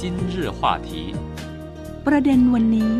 今日话题ประเด็นวันนี้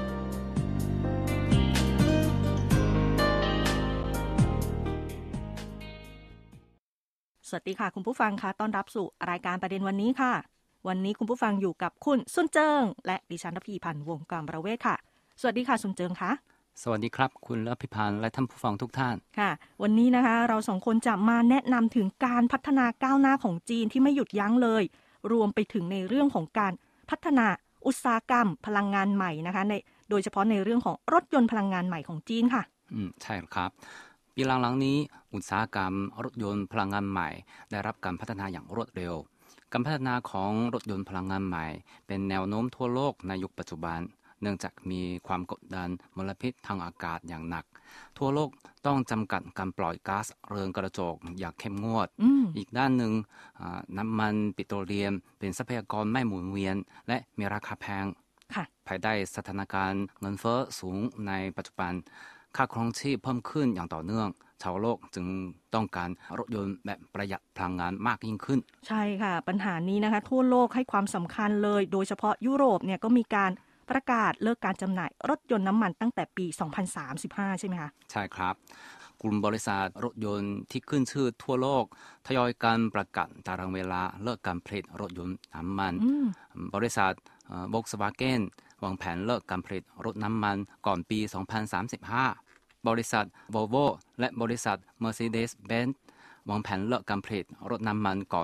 สวัสดีค่ะคุณผู้ฟังค่ะต้อนรับสู่รายการประเด็นวันนี้ค่ะวันนี้คุณผู้ฟังอยู่กับคุณซุนเจิงและดิฉันรพีพันธ์วงศ์กำประเวศค่ะสวัสดีค่ะซุนเจิงค่ะสวัสดีครับคุณรพีพันธ์และท่านผู้ฟังทุกท่านค่ะวันนี้นะคะเราสองคนจะมาแนะนำถึงการพัฒนาก้าวหน้าของจีนที่ไม่หยุดยั้งเลยรวมไปถึงในเรื่องของการพัฒนาอุตสาหกรรมพลังงานใหม่นะคะโดยเฉพาะในเรื่องของรถยนต์พลังงานใหม่ของจีนค่ะใช่ครับปีหลังๆนี้อุตสาหกรรมรถยนต์พลังงานใหม่ได้รับการพัฒนาอย่างรวดเร็วการพัฒนาของรถยนต์พลังงานใหม่เป็นแนวโน้มทั่วโลกในยุคปัจจุบันเนื่องจากมีความกดดันมลพิษทางอากาศอย่างหนักทั่วโลกต้องจำกัดการปล่อยก๊าซเรือนกระจกอย่างเข้มงวดอีกด้านหนึ่งน้ำมันปิโตรเลียมเป็นทรัพยากรไม่หมุนเวียนและมีราคาแพงภายใต้สถานการณ์เงินเฟ้อสูงในปัจจุบันค่าครองชีพเพิ่มขึ้นอย่างต่อเนื่องชาวโลกจึงต้องการรถยนต์แบบประหยัดพลังงานมากยิ่งขึ้นใช่ค่ะปัญหานี้นะคะทั่วโลกให้ความสำคัญเลยโดยเฉพาะยุโรปเนี่ยก็มีการประกาศเลิกการจำหน่ายรถยนต์น้ำมันตั้งแต่ปี 2035 ใช่ไหมคะใช่ครับกลุ่มบริษัทรถยนต์ที่ขึ้นชื่อทั่วโลกทยอยการประกาศตารางเวลาเลิกการผลิตรถยนต์น้ำมันบริษัทVolkswagen วางแผนเลิกการผลิตรถน้ำมันก่อนปี 2035 บริษัท Volvo และบริษัท Mercedes-Benz วางแผนเลิกการผลิตรถน้ำมันก่อน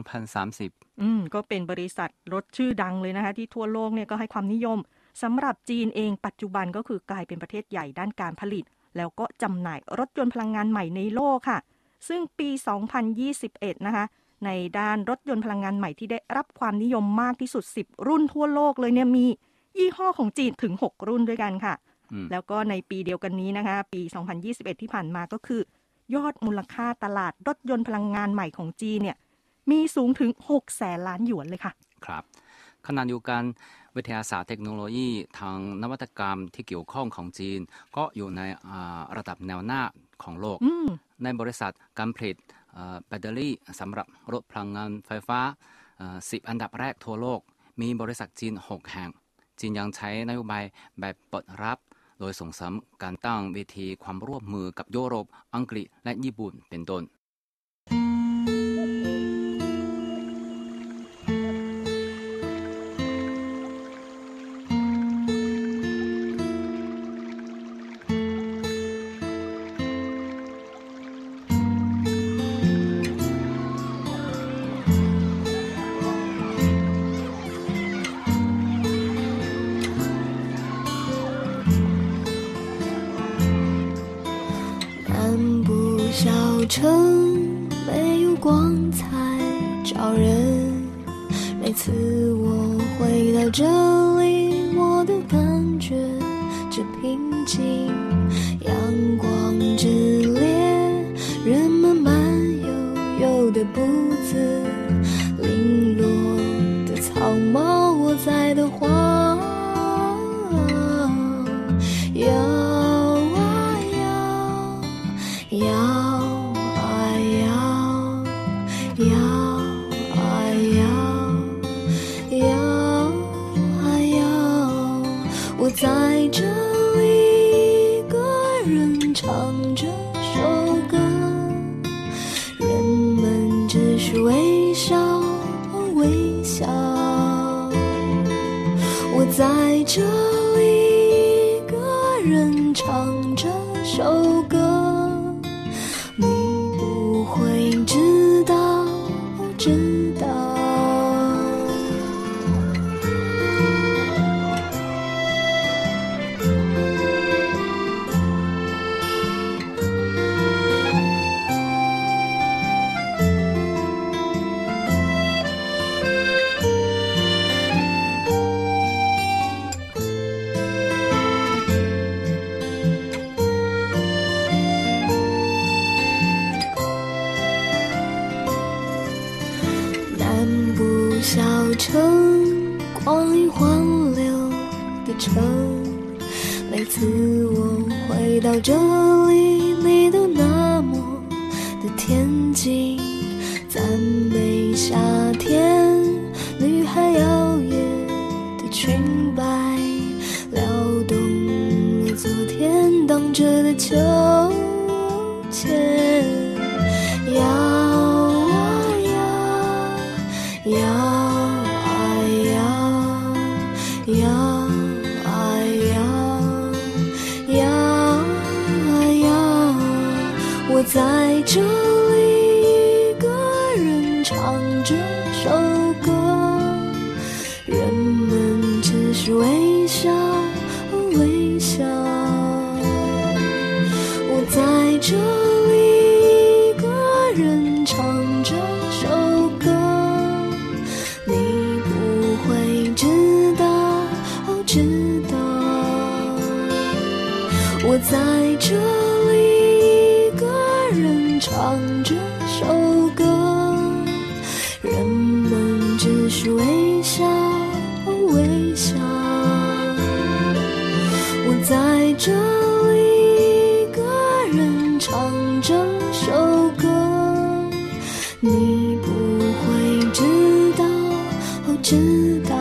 2030 ก็เป็นบริษัทรถชื่อดังเลยนะคะที่ทั่วโลกเนี่ยก็ให้ความนิยมสำหรับจีนเองปัจจุบันก็คือกลายเป็นประเทศใหญ่ด้านการผลิตแล้วก็จำหน่ายรถยนต์พลังงานใหม่ในโลกค่ะซึ่งปี 2021 นะคะในด้านรถยนต์พลังงานใหม่ที่ได้รับความนิยมมากที่สุด10รุ่นทั่วโลกเลยเนี่ยมียี่ห้อของจีนถึง6รุ่นด้วยกันค่ะแล้วก็ในปีเดียวกันนี้นะคะปี 2021 ที่ผ่านมาก็คือยอดมูลค่าตลาดรถยนต์พลังงานใหม่ของจีนเนี่ยมีสูงถึง600,000 ล้านหยวนเลยค่ะครับขณะเดียวกันวิทยาศาสตร์เทคโนโลยีทางนวัตกรรมที่เกี่ยวข้องของจีนก็อยู่ในระดับแนวหน้าของโลกในบริษัทการผลิตแบตเตอรี่สำหรับรถพลังงานไฟฟ้า10อันดับแรกทั่วโลกมีบริษัทจีน6แห่งจีนยังใช้นโยบายแบบเปิดรับโดยส่งเสริมการตั้งเวทีความร่วมมือกับยุโรปอังกฤษและญี่ปุ่นเป็นต้น城没有光彩照人每次我回到这里我都感觉这平静阳光之烈人们慢悠悠的步子零落的草帽我在的花摇啊摇摇摇啊摇摇啊摇我在这里一个人唱这首歌人们只是微笑微笑我在这里一个人唱这首歌你不会知道小城光阴荒流的城每次我回到这里你都那么的恬静赞美夏天女孩摇秋千，摇啊摇，摇啊摇，摇啊摇，摇啊摇，我在这里一个人唱这首歌，人们只是微笑微笑，我在这里一个人唱这首歌，你不会知道知道，我在这里一个人唱这首歌，人们只是微笑微笑，我在这里一个人唱这首歌，你不会知道知道。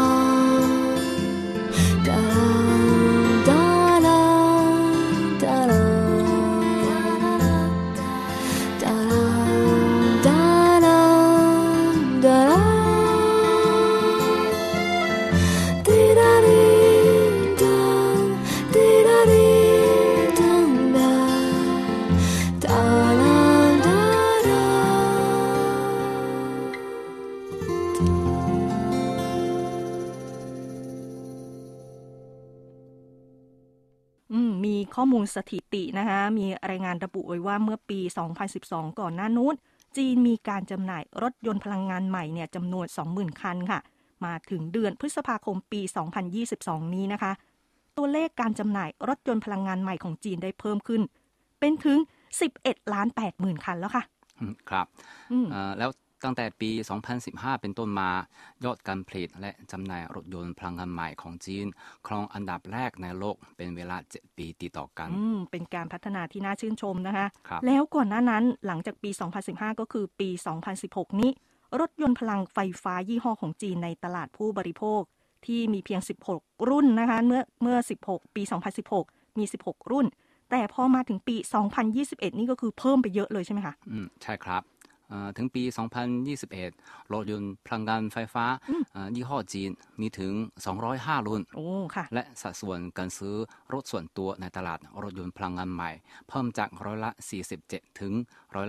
มีข้อมูลสถิตินะคะมีรายงานระบุไว้ว่าเมื่อปี 2012 ก่อนหน้านู้นจีนมีการจำหน่ายรถยนต์พลังงานใหม่เนี่ยจำนวน 20,000 คันค่ะมาถึงเดือนพฤษภาคมปี 2022 นี้นะคะตัวเลขการจำหน่ายรถยนต์พลังงานใหม่ของจีนได้เพิ่มขึ้นเป็นถึง 11,80,000 คันแล้วค่ะครับแล้วตั้งแต่ปี 2015 เป็นต้นมายอดการผลิตและจำหน่ายรถยนต์พลังงานใหม่ของจีนครองอันดับแรกในโลกเป็นเวลา 7 ปีติดต่อกันเป็นการพัฒนาที่น่าชื่นชมนะคะแล้วก่อนหน้านั้นหลังจากปี 2015 ก็คือปี 2016 นี้รถยนต์พลังไฟฟ้ายี่ห้อของจีนในตลาดผู้บริโภคที่มีเพียง 16 รุ่นนะคะเมื่อ ปี 2016 มี 16 รุ่นแต่พอมาถึงปี 2021 นี่ก็คือเพิ่มไปเยอะเลยใช่ไหมคะใช่ครับถึงปี 2021 รถยนต์พลังงานไฟฟ้ายี่ห้อจีนมีถึง 205 รุ่นและสัดส่วนการซื้อรถส่วนตัวในตลาดรถยนต์พลังงานใหม่เพิ่มจาก47%ถึง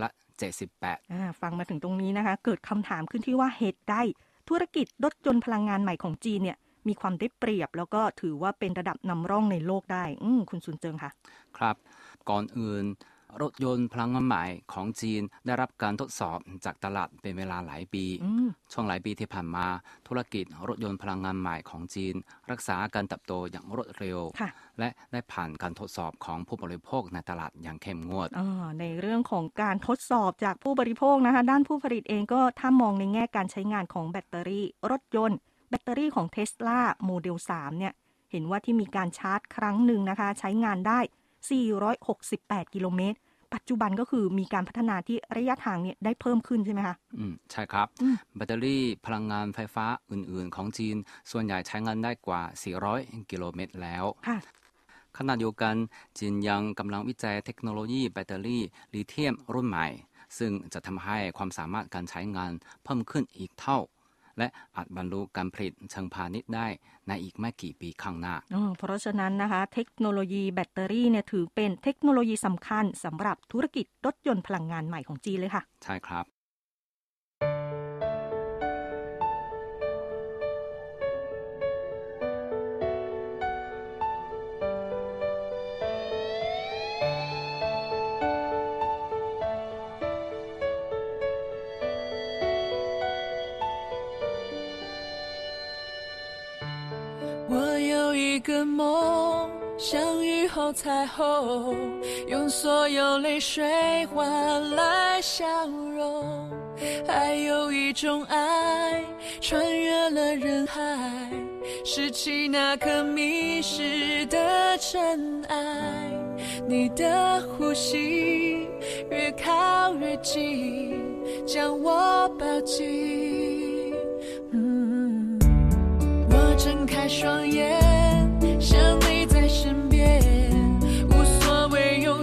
78% ฟังมาถึงตรงนี้นะคะเกิดคำถามขึ้นที่ว่าเหตุใดธุรกิจรถยนต์พลังงานใหม่ของจีนเนี่ยมีความได้เปรียบแล้วก็ถือว่าเป็นระดับนำร่องในโลกได้คุณซุนเจิงค่ะครับก่อนอื่นรถยนต์พลังงานใหม่ของจีนได้รับการทดสอบจากตลาดเป็นเวลาหลายปีช่วงหลายปีที่ผ่านมาธุรกิจรถยนต์พลังงานใหม่ของจีนรักษาการเติบโตอย่างรวดเร็วและได้ผ่านการทดสอบของผู้บริโภคในตลาดอย่างเข้มงวดในเรื่องของการทดสอบจากผู้บริโภคนะคะด้านผู้ผลิตเองก็ถ้ามองในแง่การใช้งานของแบตเตอรี่รถยนต์แบตเตอรี่ของ Tesla Model 3 เนี่ยเห็นว่าที่มีการชาร์จครั้งหนึ่งนะคะใช้งานได้468 กิโลเมตรปัจจุบันก็คือมีการพัฒนาที่ระยะทางเนี่ยได้เพิ่มขึ้นใช่ไหมคะใช่ครับแบตเตอรี่พลังงานไฟฟ้าอื่นๆของจีนส่วนใหญ่ใช้งานได้กว่า400กิโลเมตรแล้วขณะเดียวกันจีนยังกำลังวิจัยเทคโนโลยีแบตเตอรี่ลิเธียมรุ่นใหม่ซึ่งจะทำให้ความสามารถการใช้งานเพิ่มขึ้นอีกเท่าและอาจบรรลุการผลิตเชิงพาณิชย์ได้ในอีกไม่กี่ปีข้างหน้าเพราะฉะนั้นนะคะเทคโนโลยีแบตเตอรี่เนี่ยถือเป็นเทคโนโลยีสำคัญสำหรับธุรกิจรถยนต์พลังงานใหม่ของจีนเลยค่ะใช่ครับ一个梦像雨后彩虹用所有泪水换来笑容还有一种爱穿越了人海拾起那颗迷失的尘埃你的呼吸越靠越近将我抱紧我睁开双眼想你在身边无所谓有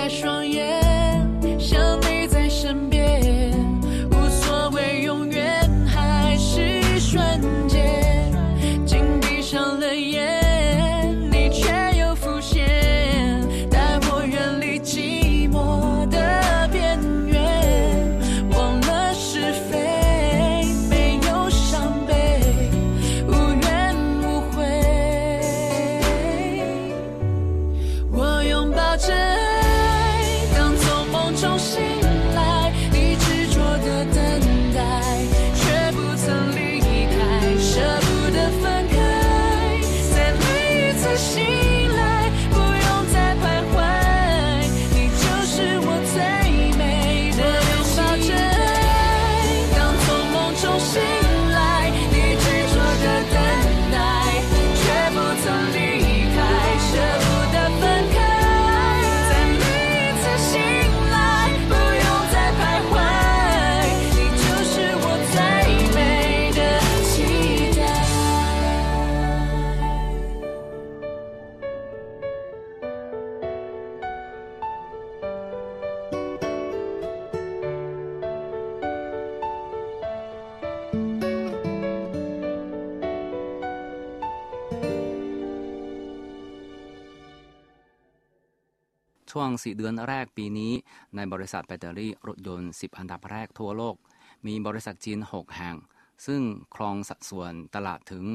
开双眼，想你在身边，无所谓永远还是瞬间，紧闭上了眼，你却又浮现，带我远离寂寞的边缘，忘了是非，没有伤悲，无怨无悔。我拥抱着爱，当从梦中醒来，你执着的等待，却不曾离开，舍不得分开，在每一次醒来，不用再徘徊，你就是我最美的拥抱着爱，当从梦中醒来，你执着的等待，却不曾离开，舍不得分开，在每一次醒来，不用再徘徊，你就是我最美的期待。 ช่วง4 เดือนแรกปีนี้ในบริษัทแบตเตอรี่รถยนต์10 อันดับแรกทั่วโลกมีบริษัทจีน6 แห่งซึ่งครองสัดส่วนตลาดถึง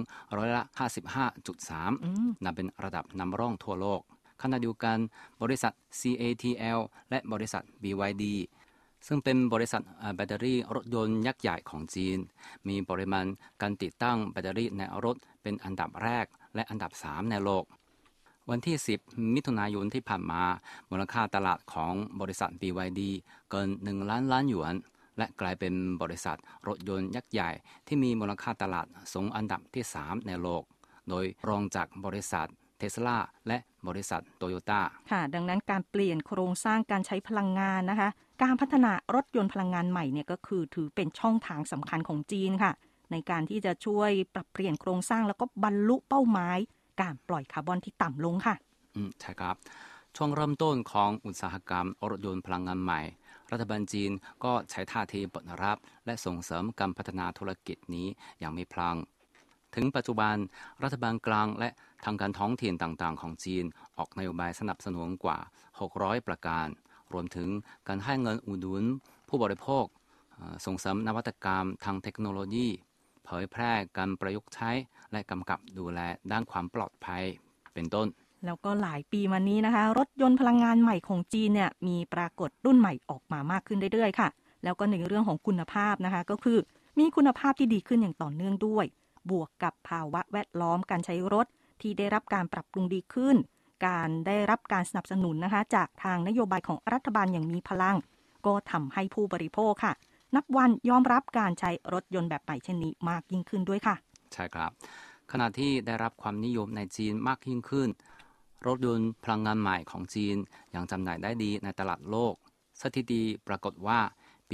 55.3%นับเป็นระดับนำร่องทั่วโลกขณะเดียวกันบริษัท CATL และบริษัท BYD ซึ่งเป็นบริษัทแบตเตอรี่รถยนต์ยักษ์ใหญ่ของจีนมีปริมาณการติดตั้งแบตเตอรี่ในรถเป็นอันดับแรกและอันดับ3ในโลกวันที่10 มิถุนายนที่ผ่านมามูลค่าตลาดของบริษัท BYD เกิน1 ล้านล้านหยวนและกลายเป็นบริษัทรถยนต์ยักษ์ใหญ่ที่มีมูลค่าตลาดสูงอันดับที่3ในโลกโดยรองจากบริษัทเทสลาและบริษัทโตโยต้าค่ะดังนั้นการเปลี่ยนโครงสร้างการใช้พลังงานนะคะการพัฒนารถยนต์พลังงานใหม่เนี่ยก็คือถือเป็นช่องทางสำคัญของจีนค่ะในการที่จะช่วยปรับเปลี่ยนโครงสร้างแล้วก็บรรลุเป้าหมายการปล่อยคาร์บอนที่ต่ำลงค่ะใช่ครับช่วงเริ่มต้นของอุตสาหกรรมรถยนต์พลังงานใหม่รัฐบาลจีนก็ใช้ท่าทีเปิดรับและส่งเสริมการพัฒนาธุรกิจนี้อย่างมีพลังถึงปัจจุบันรัฐบาลกลางและทางการท้องถิ่นต่างๆของจีนออกนโยบายสนับสนุนกว่า600ประการรวมถึงการให้เงินอุดหนุนผู้บริโภคส่งเสริมนวัตกรรมทางเทคโนโลยีเผยแพร่การประยุกต์ใช้และกำกับดูแลด้านความปลอดภัยเป็นต้นแล้วก็หลายปีมานี้นะคะรถยนต์พลังงานใหม่ของจีนเนี่ยมีปรากฏรุ่นใหม่ออกมามากขึ้นเรื่อยๆค่ะแล้วก็ในเรื่องของคุณภาพนะคะก็คือมีคุณภาพที่ดีขึ้นอย่างต่อเนื่องด้วยบวกกับภาวะแวดล้อมการใช้รถที่ได้รับการปรับปรุงดีขึ้นการได้รับการสนับสนุนนะคะจากทางนโยบายของรัฐบาลอย่างมีพลังก็ทำให้ผู้บริโภคค่ะนับวันยอมรับการใช้รถยนต์แบบใหม่เช่นนี้มากยิ่งขึ้นด้วยค่ะใช่ครับขณะที่ได้รับความนิยมในจีนมากยิ่งขึ้นรถยนต์พลังงานใหม่ของจีนยังจำหน่ายได้ดีในตลาดโลกสถิติปรากฏว่าปี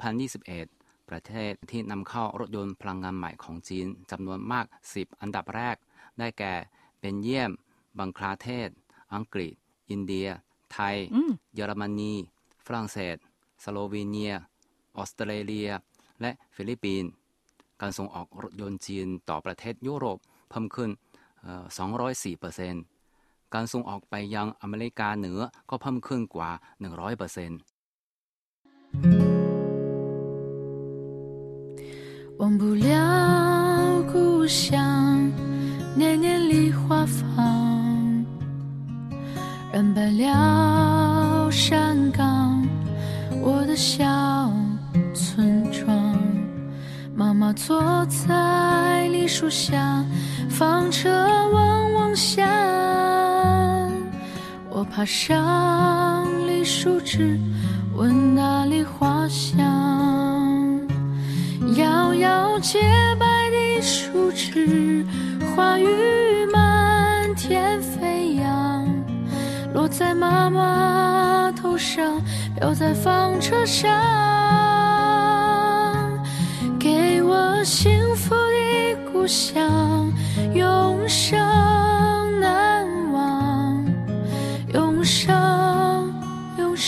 2021 ประเทศที่นำเข้ารถยนต์พลังงานใหม่ของจีนจำนวนมาก10 อันดับแรกได้แก่เบลเยียมบังคลาเทศอังกฤษอินเดียไทยเยอรมนีฝรั่งเศสสโลวีเนียออสเตรเลียและฟิลิปปินส์การส่งออกรถยนต์จีนต่อประเทศยุโรปเพิ่มขึ้น204%การส่งออกไปยังอเมริกาเหนือก็เพิ่มขึ้นกว่า 100% 忘不了故乡年年梨花放染白了山岗我的小村庄妈妈坐在梨树下放车嗡嗡响我爬上梨树枝闻那梨花香摇摇洁白的树枝花雨满天飞扬落在妈妈头上飘在纺车上给我幸福的故乡永生难忘永生永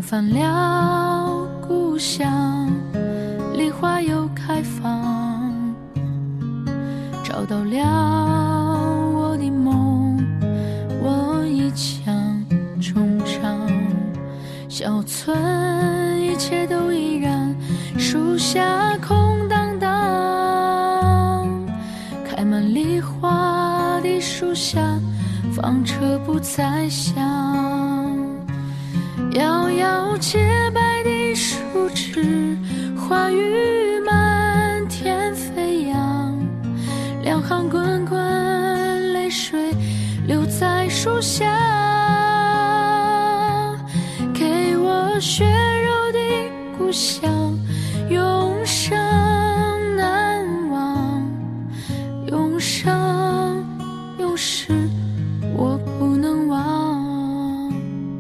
返了故乡，梨花又开放，找到了我的梦，我一腔衷肠。小村一切都依然，树下空荡荡，开满梨花的树下，房车不再响。摇摇洁白的树枝，花雨满天飞扬，两行滚滚泪水流在树下，给我血肉的故乡永生难忘，永生永世我不能忘，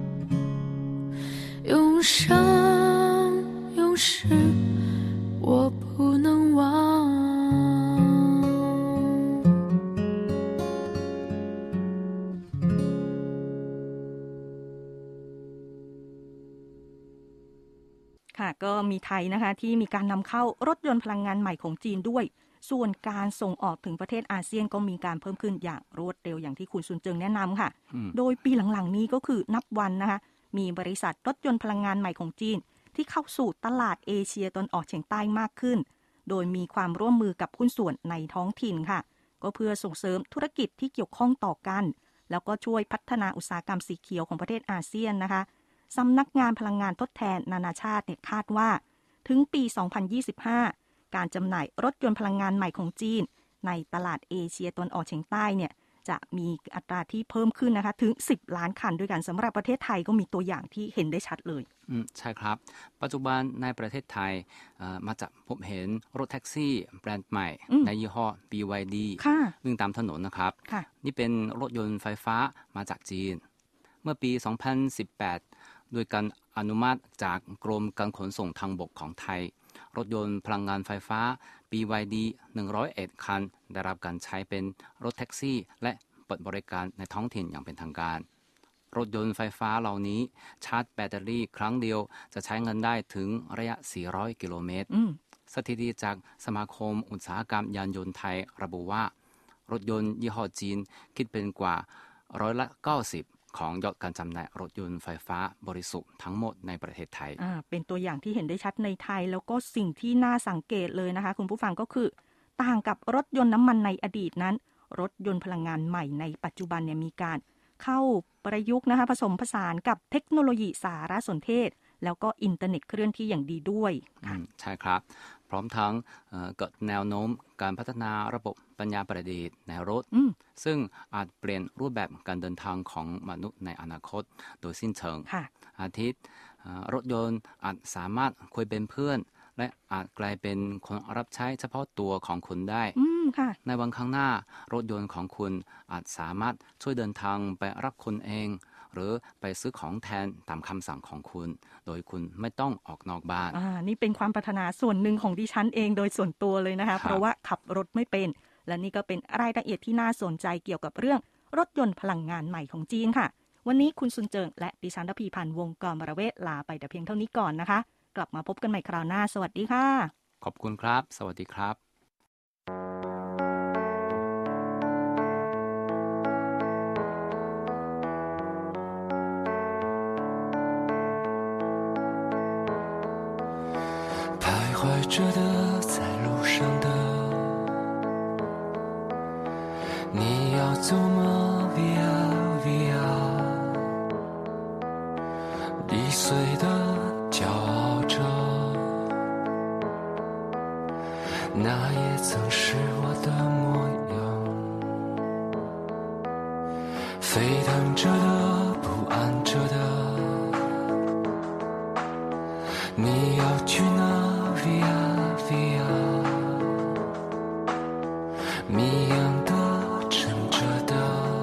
永生永世我不能忘。 ค่ะก็มีไทยนะคะที่มีการนำเข้ารถยนต์พลังงานใหม่ของจีนด้วยส่วนการส่งออกถึงประเทศอาเซียนก็มีการเพิ่มขึ้นอย่างรวดเร็วอย่างที่คุณซุนเจิงแนะนำค่ะโดยปีหลังๆนี้ก็คือนับวันนะคะมีบริษัทรถยนต์พลังงานใหม่ของจีนที่เข้าสู่ตลาดเอเชียตะวันออกเฉียงใต้มากขึ้นโดยมีความร่วมมือกับหุ้นส่วนในท้องถิ่นค่ะก็เพื่อส่งเสริมธุรกิจที่เกี่ยวข้องต่อกันแล้วก็ช่วยพัฒนาอุตสาหกรรมสีเขียวของประเทศอาเซียนนะคะสำนักงานพลังงานทดแทนนานาชาติเนี่ยคาดว่าถึงปี 2025 การจำหน่ายรถยนต์พลังงานใหม่ของจีนในตลาดเอเชียตะวันออกเฉียงใต้เนี่ยจะมีอัตราที่เพิ่มขึ้นนะคะถึง10ล้านคันด้วยกันสำหรับประเทศไทยก็มีตัวอย่างที่เห็นได้ชัดเลยใช่ครับปัจจุบันในประเทศไทยมาจะพบเห็นรถแท็กซี่แบรนด์ใหม่ในยี่ห้อ BYD วิ่งตามถนนนะครับนี่เป็นรถยนต์ไฟฟ้ามาจากจีนเมื่อปี 2018 โดยการอนุมัติจากกรมการขนส่งทางบกของไทยรถยนต์พลังงานไฟฟ้า BYD 101 คันได้รับการใช้เป็นรถแท็กซี่และเปิดบริการในท้องถิ่นอย่างเป็นทางการรถยนต์ไฟฟ้าเหล่านี้ชาร์จแบตเตอรี่ครั้งเดียวจะใช้เงินได้ถึงระยะ400 กิโลเมตรสถิติจากสมาคมอุตสาหกรรมยานยนต์ไทยระบุว่ารถยนต์ยี่ห้อจีนคิดเป็นกว่า90%ของยอดการจำหน่ายรถยนต์ไฟฟ้าบริสุทธิ์ทั้งหมดในประเทศไทยเป็นตัวอย่างที่เห็นได้ชัดในไทยแล้วก็สิ่งที่น่าสังเกตเลยนะคะคุณผู้ฟังก็คือต่างกับรถยนต์น้ำมันในอดีตนั้นรถยนต์พลังงานใหม่ในปัจจุบันเนี่ยมีการเข้าประยุกต์นะคะผสมผสานกับเทคโนโลยีสารสนเทศแล้วก็อินเทอร์เน็ตเคลื่อนที่อย่างดีด้วยใช่ครับพร้อมทั้งเกิดแนวโน้มการพัฒนาระบบปัญญาประดิษฐ์ในรถซึ่งอาจเปลี่ยนรูปแบบการเดินทางของมนุษย์ในอนาคตโดยสิ้นเชิงอาทิตย์รถยนต์อาจสามารถคุยเป็นเพื่อนและอาจกลายเป็นคนรับใช้เฉพาะตัวของคุณได้ในวันข้างหน้ารถยนต์ของคุณอาจสามารถช่วยเดินทางไปรับคุณเองหรือไปซื้อของแทนตามคำสั่งของคุณโดยคุณไม่ต้องออกนอกบ้านนี่เป็นความปรารถนาส่วนหนึ่งของดิฉันเองโดยส่วนตัวเลยนะคะเพราะว่าขับรถไม่เป็นและนี่ก็เป็นรายละเอียดที่น่าสนใจเกี่ยวกับเรื่องรถยนต์พลังงานใหม่ของจีนค่ะวันนี้คุณซุนเจิงและดิฉันรพีพันธ์วงกรมรเวศลาไปแต่เพียงเท่านี้ก่อนนะคะกลับมาพบกันใหม่คราวหน้าสวัสดีค่ะขอบคุณครับสวัสดีครับ徘徊着的在路上的你要走吗 Via Via 易碎的骄傲着那也曾是我的模样沸腾着的不安着的你要去哪 Via Via 谜样的沉着的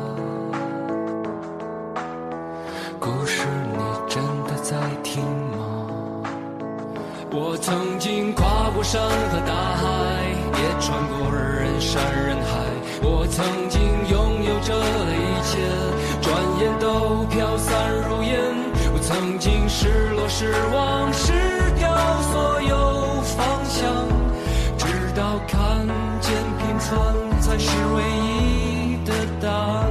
故事你真的在听吗我曾经跨过山和大海也穿过人山人海我曾经拥有着的一切转眼都飘散如烟我曾经失落失唯一的答案。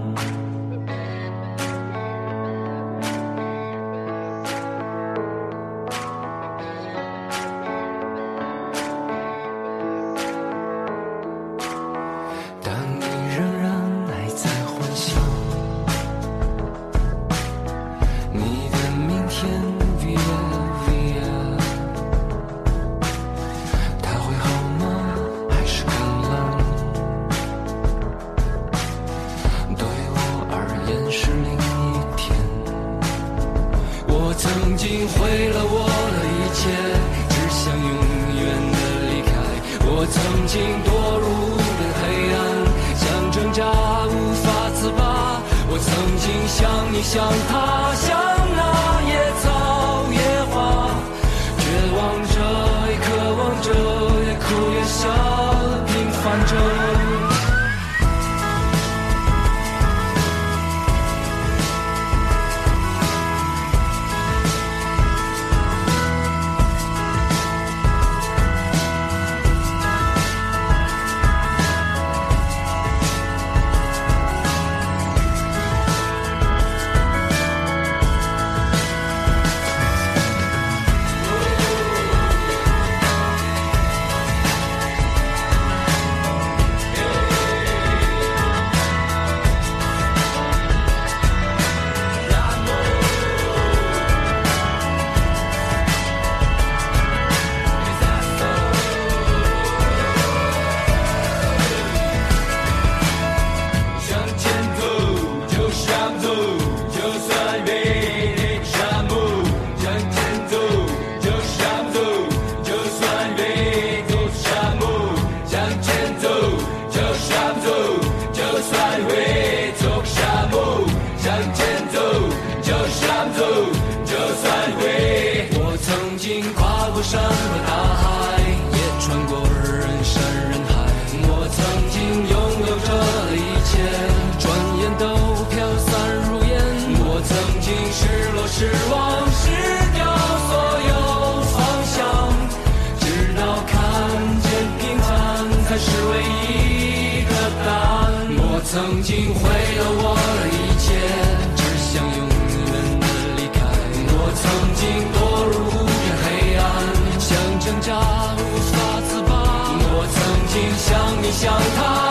但你仍然还在幻想你的明天 via 它会好吗？还是更冷？对我而言是另一天。我曾经毁了我的一切，只想永远的离开。我曾经堕入黑暗，想挣扎无法自拔。我曾经像你像他像那野草野花，绝望着也渴望着，也哭也笑，平凡着。山和大海，也穿过人山人海。我曾经拥有着一切，转眼都飘散如烟。我曾经失落失望失掉所有方向，直到看见平凡才是唯一的答案。我曾经毁了我的一切，只想永远的离开。我曾经堕入黑暗，想挣扎无法自拔。我曾经像你像他